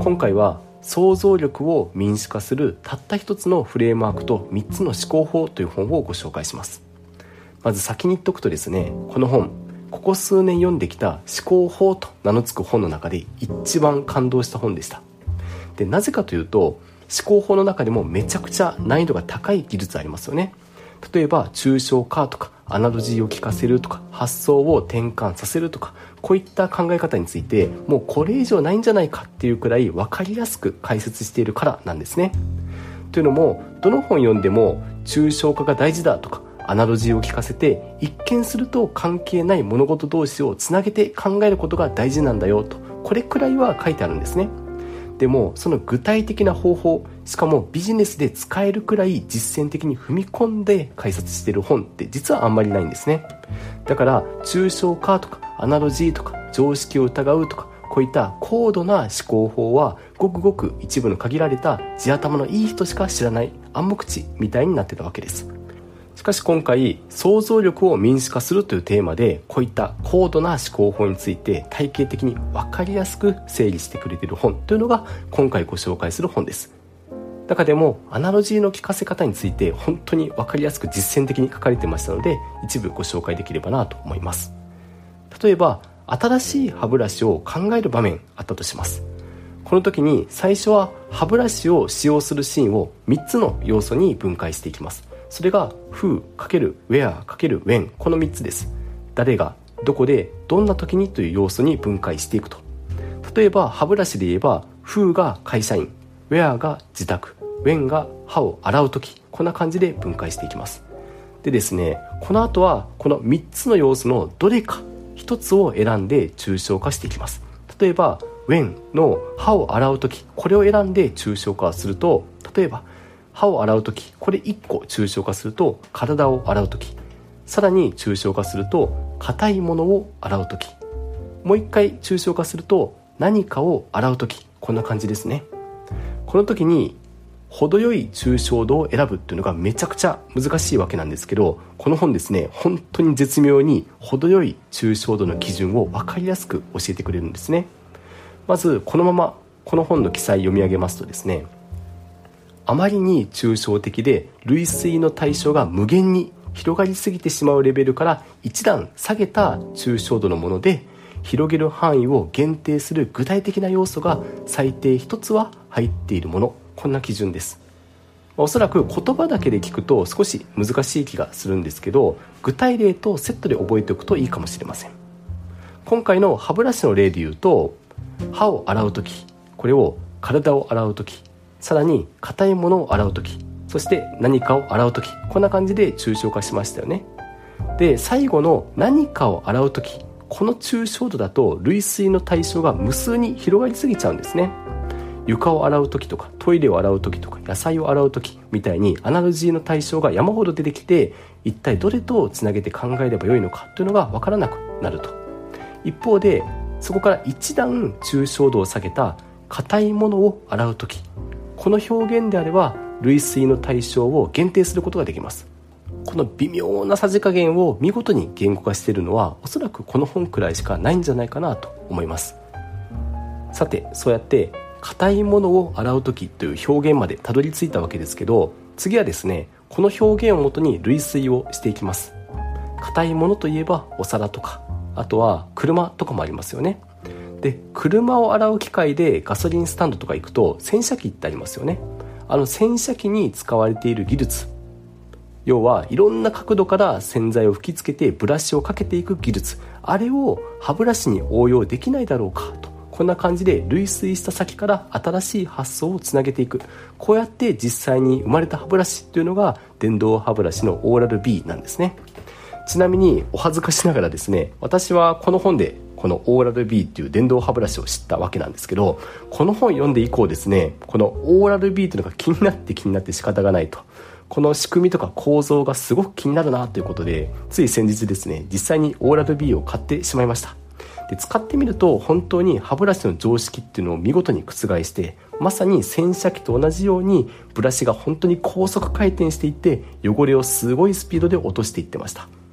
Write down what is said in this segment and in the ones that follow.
今回は想像力を民主化するたった一つのフレームワークと3つの思考法という本をご紹介します。まず先に言っておくとですね、この本ここ数年読んできた思考法と名の付く本の中で一番感動した本でした。で、なぜかというと思考法の中でもめちゃくちゃ難易度が高い技術ありますよね。例えば抽象化とかアナロジーを聞かせるとか発想を転換させるとか、こういった考え方についてもうこれ以上ないんじゃないかっていうくらい分かりやすく解説しているからなんですね。というのもどの本読んでも抽象化が大事だとかアナロジーを聞かせて一見すると関係ない物事同士をつなげて考えることが大事なんだよと、これくらいは書いてあるんですね。でもその具体的な方法、しかもビジネスで使えるくらい実践的に踏み込んで解説している本って実はあんまりないんですね。だから抽象化とかアナロジーとか常識を疑うとか、こういった高度な思考法はごくごく一部の限られた地頭のいい人しか知らない暗黙知みたいになってたわけです。しかし今回想像力を民主化するというテーマで、こういった高度な思考法について体系的に分かりやすく整理してくれている本というのが今回ご紹介する本です。中でもアナロジーの聞かせ方について本当に分かりやすく実践的に書かれていましたので、一部ご紹介できればなと思います。例えば新しい歯ブラシを考える場面あったとします。この時に最初は歯ブラシを使用するシーンを3つの要素に分解していきます。それが Who ×Where × When、 この3つです。誰がどこでどんな時にという要素に分解していくと。例えば歯ブラシで言えば Who が会社員、 Where が自宅、 When が歯を洗う時、こんな感じで分解していきます。でですね、この後はこの3つの要素のどれか1つを選んで抽象化していきます。例えば When の歯を洗う時、これを選んで抽象化すると、例えば歯を洗うとき、これ1個抽象化すると体を洗うとき、さらに抽象化すると硬いものを洗うとき、もう1回抽象化すると何かを洗うとき、こんな感じですね。この時に程よい抽象度を選ぶっていうのがめちゃくちゃ難しいわけなんですけど、この本ですね、本当に絶妙に程よい抽象度の基準を分かりやすく教えてくれるんですね。まずこのままこの本の記載読み上げますとですね、あまりに抽象的で類推の対象が無限に広がりすぎてしまうレベルから一段下げた抽象度のもので、広げる範囲を限定する具体的な要素が最低一つは入っているもの、こんな基準です。おそらく言葉だけで聞くと少し難しい気がするんですけど、具体例とセットで覚えておくといいかもしれません。今回の歯ブラシの例で言うと、歯を洗うとき、これを体を洗うとき、さらに硬いものを洗うとき、そして何かを洗うとき、こんな感じで抽象化しましたよね。で、最後の何かを洗うとき、この抽象度だと類推の対象が無数に広がりすぎちゃうんですね。床を洗うときとかトイレを洗うときとか野菜を洗うときみたいにアナロジーの対象が山ほど出てきて、一体どれとつなげて考えればよいのかというのが分からなくなると。一方でそこから一段抽象度を下げた硬いものを洗うとき、この表現であれば類推の対象を限定することができます。この微妙なさじ加減を見事に言語化しているのはおそらくこの本くらいしかないんじゃないかなと思います。さて、そうやって硬いものを洗うときという表現までたどり着いたわけですけど、次はですね、この表現をもとに類推をしていきます。硬いものといえばお皿とか、あとは車とかもありますよね。で、車を洗う機械でガソリンスタンドとか行くと洗車機ってありますよね。洗車機に使われている技術、要はいろんな角度から洗剤を吹きつけてブラシをかけていく技術、あれを歯ブラシに応用できないだろうかと、こんな感じで類推した先から新しい発想をつなげていく。こうやって実際に生まれた歯ブラシというのが電動歯ブラシのオーラル B なんですね。ちなみにお恥ずかしながらですね、私はこの本でこのオーラル B っていう電動歯ブラシを知ったわけなんですけど、この本読んで以降ですね、このオーラル B というのが気になって仕方がないと、この仕組みとか構造がすごく気になるなということで、つい先日ですね、実際にオーラル B を買ってしまいました。で、使ってみると本当に歯ブラシの常識っていうのを見事に覆して、まさに洗車機と同じようにブラシが本当に高速回転していって汚れをすごいスピードで落としていってました。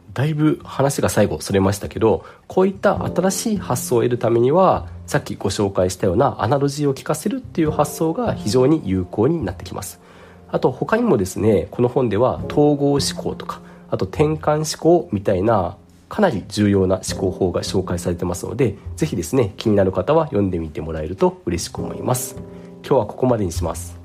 だいぶ話が最後それましたけど、こういった新しい発想を得るためには、さっきご紹介したようなアナロジーを聞かせるっていう発想が非常に有効になってきます。あと他にもですね、この本では統合思考とか、あと転換思考みたいなかなり重要な思考法が紹介されてますので、ぜひですね、気になる方は読んでみてもらえると嬉しく思います。今日はここまでにします。